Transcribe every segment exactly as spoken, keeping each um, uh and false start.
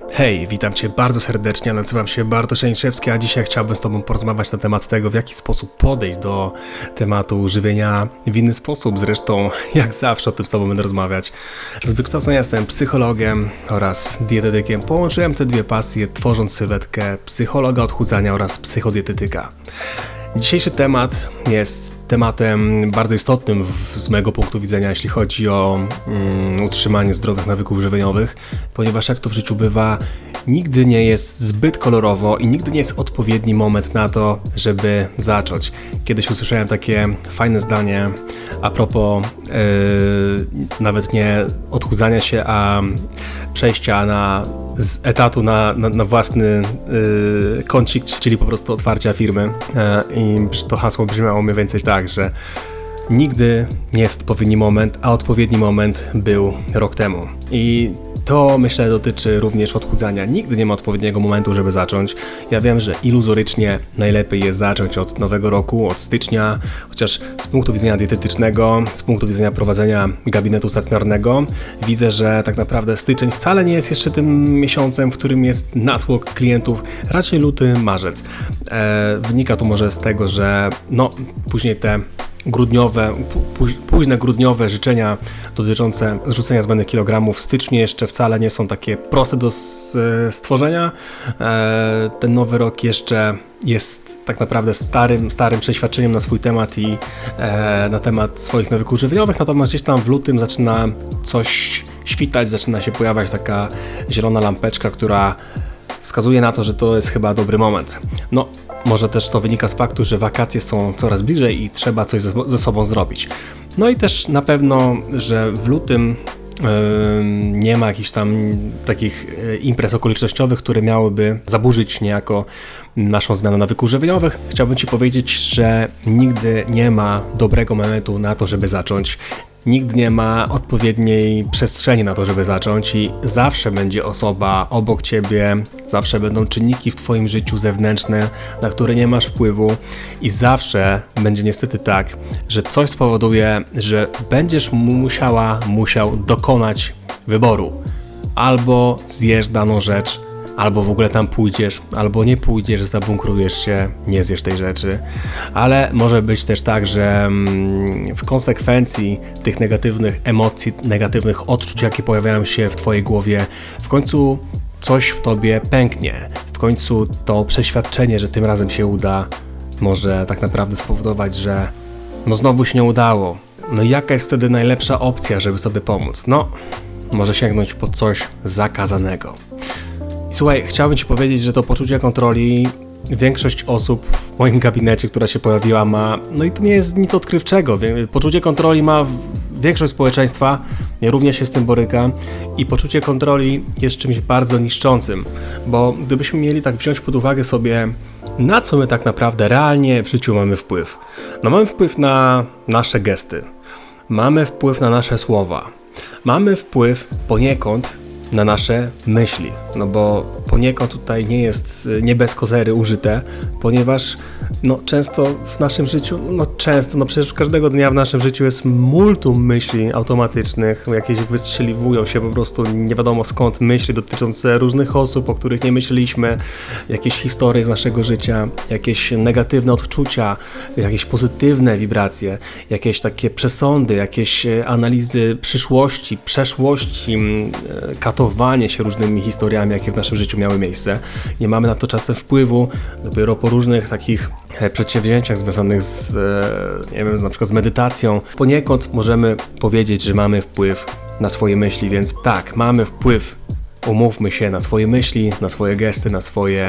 Hej, witam Cię bardzo serdecznie, nazywam się Bartosz Janiszewski, a dzisiaj chciałbym z Tobą porozmawiać na temat tego, w jaki sposób podejść do tematu żywienia w inny sposób. Zresztą, jak zawsze o tym z Tobą będę rozmawiać. Z wykształcenia jestem psychologiem oraz dietetykiem. Połączyłem te dwie pasje, tworząc sylwetkę psychologa odchudzania oraz psychodietetyka. Dzisiejszy temat jest tematem bardzo istotnym w, z mojego punktu widzenia, jeśli chodzi o mm, utrzymanie zdrowych nawyków żywieniowych, ponieważ jak to w życiu bywa, nigdy nie jest zbyt kolorowo i nigdy nie jest odpowiedni moment na to, żeby zacząć. Kiedyś usłyszałem takie fajne zdanie a propos yy, nawet nie odchudzania się, a przejścia na z etatu na, na, na własny yy, kącik, czyli po prostu otwarcia firmy. Yy, I to hasło brzmiało mniej więcej tak, że nigdy nie jest odpowiedni moment, a odpowiedni moment był rok temu. I to, myślę, dotyczy również odchudzania. Nigdy nie ma odpowiedniego momentu, żeby zacząć. Ja wiem, że iluzorycznie najlepiej jest zacząć od nowego roku, od stycznia, chociaż z punktu widzenia dietetycznego, z punktu widzenia prowadzenia gabinetu stacjonarnego, widzę, że tak naprawdę styczeń wcale nie jest jeszcze tym miesiącem, w którym jest natłok klientów, raczej luty, marzec. E, wynika to może z tego, że no, później te grudniowe, późne grudniowe życzenia dotyczące zrzucenia zbędnych kilogramów w styczniu jeszcze wcale nie są takie proste do stworzenia. Ten nowy rok jeszcze jest tak naprawdę starym, starym przeświadczeniem na swój temat i na temat swoich nawyków żywieniowych, natomiast gdzieś tam w lutym zaczyna coś świtać, zaczyna się pojawiać taka zielona lampeczka, która wskazuje na to, że to jest chyba dobry moment. No, może też to wynika z faktu, że wakacje są coraz bliżej i trzeba coś ze, ze sobą zrobić. No i też na pewno, że w lutym yy, nie ma jakichś tam takich imprez okolicznościowych, które miałyby zaburzyć niejako naszą zmianę nawyków żywieniowych. Chciałbym Ci powiedzieć, że nigdy nie ma dobrego momentu na to, żeby zacząć. Nigdy nie ma odpowiedniej przestrzeni na to, żeby zacząć i zawsze będzie osoba obok Ciebie, zawsze będą czynniki w Twoim życiu zewnętrzne, na które nie masz wpływu i zawsze będzie niestety tak, że coś spowoduje, że będziesz musiała, musiał dokonać wyboru. Albo zjesz daną rzecz, albo w ogóle tam pójdziesz, albo nie pójdziesz, zabunkrujesz się, nie zjesz tej rzeczy. Ale może być też tak, że w konsekwencji tych negatywnych emocji, negatywnych odczuć, jakie pojawiają się w Twojej głowie, w końcu coś w Tobie pęknie. W końcu to przeświadczenie, że tym razem się uda, może tak naprawdę spowodować, że no znowu się nie udało. No i jaka jest wtedy najlepsza opcja, żeby sobie pomóc? No, może sięgnąć po coś zakazanego. I słuchaj, chciałbym Ci powiedzieć, że to poczucie kontroli większość osób w moim gabinecie, która się pojawiła, ma, no i to nie jest nic odkrywczego. Poczucie kontroli ma większość społeczeństwa, ja również się z tym borykam i poczucie kontroli jest czymś bardzo niszczącym, bo gdybyśmy mieli tak wziąć pod uwagę sobie, na co my tak naprawdę realnie w życiu mamy wpływ. No mamy wpływ na nasze gesty, mamy wpływ na nasze słowa, mamy wpływ poniekąd na nasze myśli, no bo poniekąd tutaj nie jest nie bez kozery użyte, ponieważ no często w naszym życiu, no często, no przecież każdego dnia w naszym życiu jest multum myśli automatycznych, jakieś wystrzeliwują się po prostu nie wiadomo skąd myśli dotyczące różnych osób, o których nie myśleliśmy, jakieś historie z naszego życia, jakieś negatywne odczucia, jakieś pozytywne wibracje, jakieś takie przesądy, jakieś analizy przyszłości, przeszłości, katowanie się różnymi historiami, jakie w naszym życiu miały miejsce. Nie mamy na to czasem wpływu, dopiero po różnych takich przedsięwzięciach związanych z, nie wiem, na przykład z medytacją, poniekąd możemy powiedzieć, że mamy wpływ na swoje myśli, więc tak, mamy wpływ, umówmy się, na swoje myśli, na swoje gesty, na swoje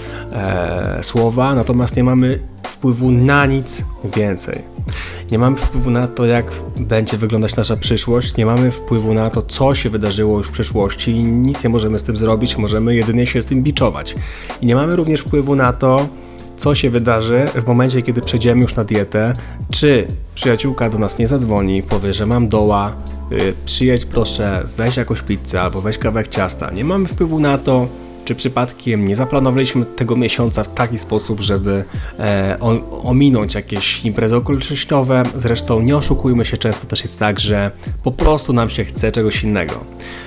e, słowa, natomiast nie mamy wpływu na nic więcej. Nie mamy wpływu na to, jak będzie wyglądać nasza przyszłość, nie mamy wpływu na to, co się wydarzyło już w przeszłości i nic nie możemy z tym zrobić, możemy jedynie się tym biczować. I nie mamy również wpływu na to, co się wydarzy w momencie, kiedy przejdziemy już na dietę, czy przyjaciółka do nas nie zadzwoni, powie, że mam doła, yy, przyjedź proszę, weź jakąś pizzę albo weź kawałek ciasta. Nie mamy wpływu na to, Czy przypadkiem nie zaplanowaliśmy tego miesiąca w taki sposób, żeby e, o, ominąć jakieś imprezy okolicznościowe? Zresztą nie oszukujmy się, często też jest tak, że po prostu nam się chce czegoś innego.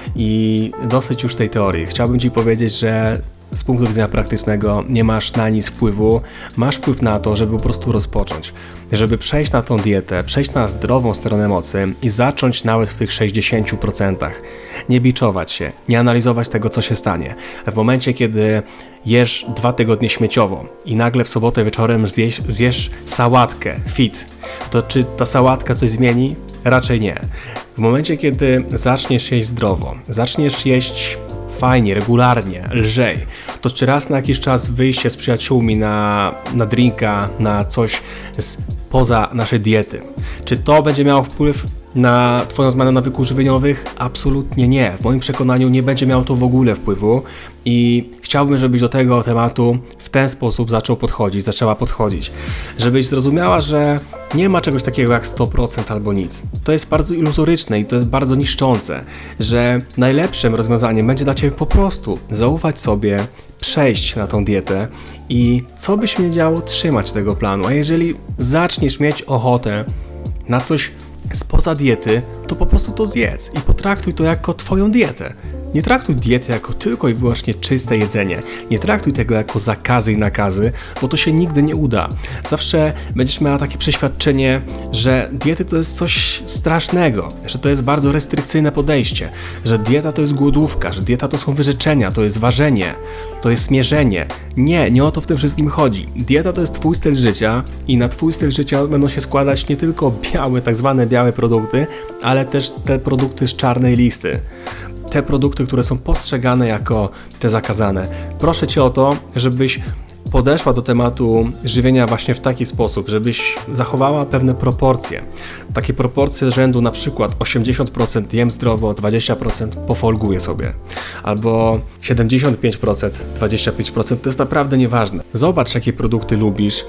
I dosyć już tej teorii. Chciałbym Ci powiedzieć, że z punktu widzenia praktycznego nie masz na nic wpływu, masz wpływ na to, żeby po prostu rozpocząć, żeby przejść na tą dietę, przejść na zdrową stronę mocy i zacząć nawet w tych sześćdziesięciu procentach. Nie biczować się, nie analizować tego, co się stanie. W momencie, kiedy jesz dwa tygodnie śmieciowo i nagle w sobotę wieczorem zjesz, zjesz sałatkę fit, to czy ta sałatka coś zmieni? Raczej nie. W momencie, kiedy zaczniesz jeść zdrowo, zaczniesz jeść fajnie, regularnie, lżej, to czy raz na jakiś czas wyjście z przyjaciółmi na, na drinka, na coś spoza naszej diety, czy to będzie miało wpływ na Twoją zmianę nawyków żywieniowych? Absolutnie nie. W moim przekonaniu nie będzie miało to w ogóle wpływu i chciałbym, żebyś do tego tematu w ten sposób zaczął podchodzić, zaczęła podchodzić. Żebyś zrozumiała, że nie ma czegoś takiego jak sto procent albo nic. To jest bardzo iluzoryczne i to jest bardzo niszczące, że najlepszym rozwiązaniem będzie dla Ciebie po prostu zaufać sobie, przejść na tą dietę i co by się nie działo, trzymać tego planu. A jeżeli zaczniesz mieć ochotę na coś spoza diety, to po prostu to zjedz i potraktuj to jako Twoją dietę. Nie traktuj diety jako tylko i wyłącznie czyste jedzenie. Nie traktuj tego jako zakazy i nakazy, bo to się nigdy nie uda. Zawsze będziesz miała takie przeświadczenie, że diety to jest coś strasznego, że to jest bardzo restrykcyjne podejście, że dieta to jest głodówka, że dieta to są wyrzeczenia, to jest ważenie, to jest smierzenie. Nie, nie o to w tym wszystkim chodzi. Dieta to jest Twój styl życia i na Twój styl życia będą się składać nie tylko białe, tak zwane białe produkty, ale też te produkty z czarnej listy. Te produkty, które są postrzegane jako te zakazane. Proszę Cię o to, żebyś podeszła do tematu żywienia właśnie w taki sposób, żebyś zachowała pewne proporcje. Takie proporcje rzędu na przykład osiemdziesiąt procent jem zdrowo, dwadzieścia procent pofolguję sobie. Albo siedemdziesiąt pięć procent, dwadzieścia pięć procent to jest naprawdę nieważne. Zobacz, jakie produkty lubisz.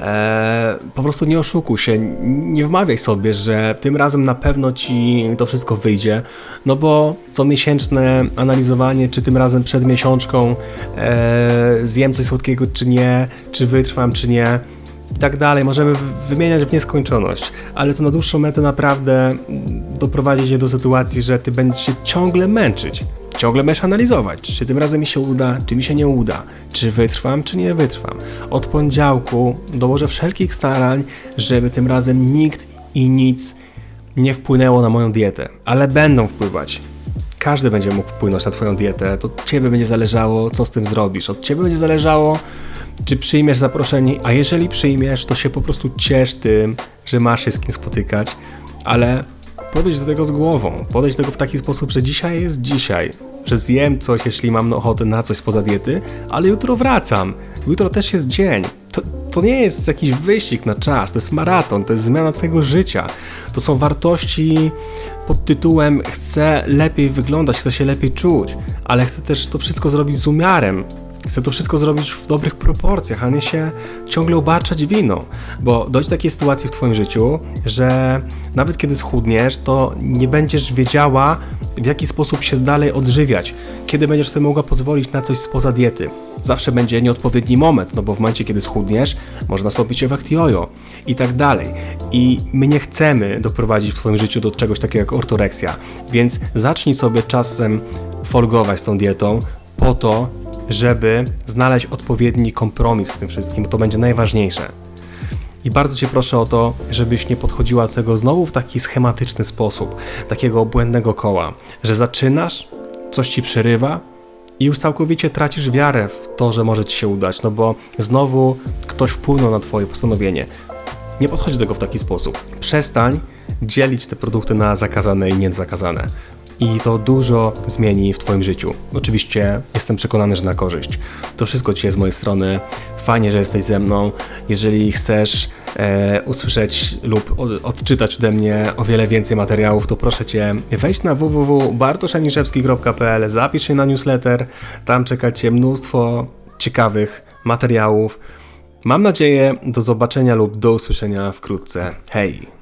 Eee, po prostu nie oszukuj się, nie wmawiaj sobie, że tym razem na pewno Ci to wszystko wyjdzie, no bo comiesięczne analizowanie, czy tym razem przed miesiączką eee, zjem coś słodkiego, czy nie, czy wytrwam, czy nie i tak dalej. Możemy wymieniać w nieskończoność, ale to na dłuższą metę naprawdę doprowadzi cię do sytuacji, że ty będziesz się ciągle męczyć. Ciągle będziesz analizować, czy tym razem mi się uda, czy mi się nie uda, czy wytrwam, czy nie wytrwam. Od poniedziałku dołożę wszelkich starań, żeby tym razem nikt i nic nie wpłynęło na moją dietę, ale będą wpływać. Każdy będzie mógł wpłynąć na Twoją dietę, to od Ciebie będzie zależało, co z tym zrobisz. Od Ciebie będzie zależało, czy przyjmiesz zaproszenie, a jeżeli przyjmiesz, to się po prostu ciesz tym, że masz się z kim spotykać, ale podejdź do tego z głową, podejdź do tego w taki sposób, że dzisiaj jest dzisiaj, że zjem coś, jeśli mam ochotę na coś spoza diety, ale jutro wracam, jutro też jest dzień. To, to nie jest jakiś wyścig na czas, to jest maraton, to jest zmiana Twojego życia, to są wartości pod tytułem chcę lepiej wyglądać, chcę się lepiej czuć, ale chcę też to wszystko zrobić z umiarem. Chcę to wszystko zrobić w dobrych proporcjach, a nie się ciągle obarczać winą, bo dojdzie do takiej sytuacji w Twoim życiu, że nawet kiedy schudniesz, to nie będziesz wiedziała, w jaki sposób się dalej odżywiać, kiedy będziesz sobie mogła pozwolić na coś spoza diety. Zawsze będzie nieodpowiedni moment, no bo w momencie, kiedy schudniesz, może nastąpić efekt jojo i tak dalej. I my nie chcemy doprowadzić w Twoim życiu do czegoś takiego jak ortoreksja, więc zacznij sobie czasem folgować z tą dietą po to, żeby znaleźć odpowiedni kompromis w tym wszystkim, to będzie najważniejsze. I bardzo Cię proszę o to, żebyś nie podchodziła do tego znowu w taki schematyczny sposób, takiego błędnego koła, że zaczynasz, coś Ci przerywa i już całkowicie tracisz wiarę w to, że może Ci się udać, no bo znowu ktoś wpłynął na Twoje postanowienie. Nie podchodź do tego w taki sposób. Przestań dzielić te produkty na zakazane i niezakazane. I to dużo zmieni w Twoim życiu. Oczywiście jestem przekonany, że na korzyść. To wszystko Ci jest z mojej strony. Fajnie, że jesteś ze mną. Jeżeli chcesz e, usłyszeć lub od, odczytać ode mnie o wiele więcej materiałów, to proszę Cię, wejdź na w w w kropka bartosz aniszewski kropka p l, zapisz się na newsletter. Tam czeka Cię mnóstwo ciekawych materiałów. Mam nadzieję, do zobaczenia lub do usłyszenia wkrótce. Hej!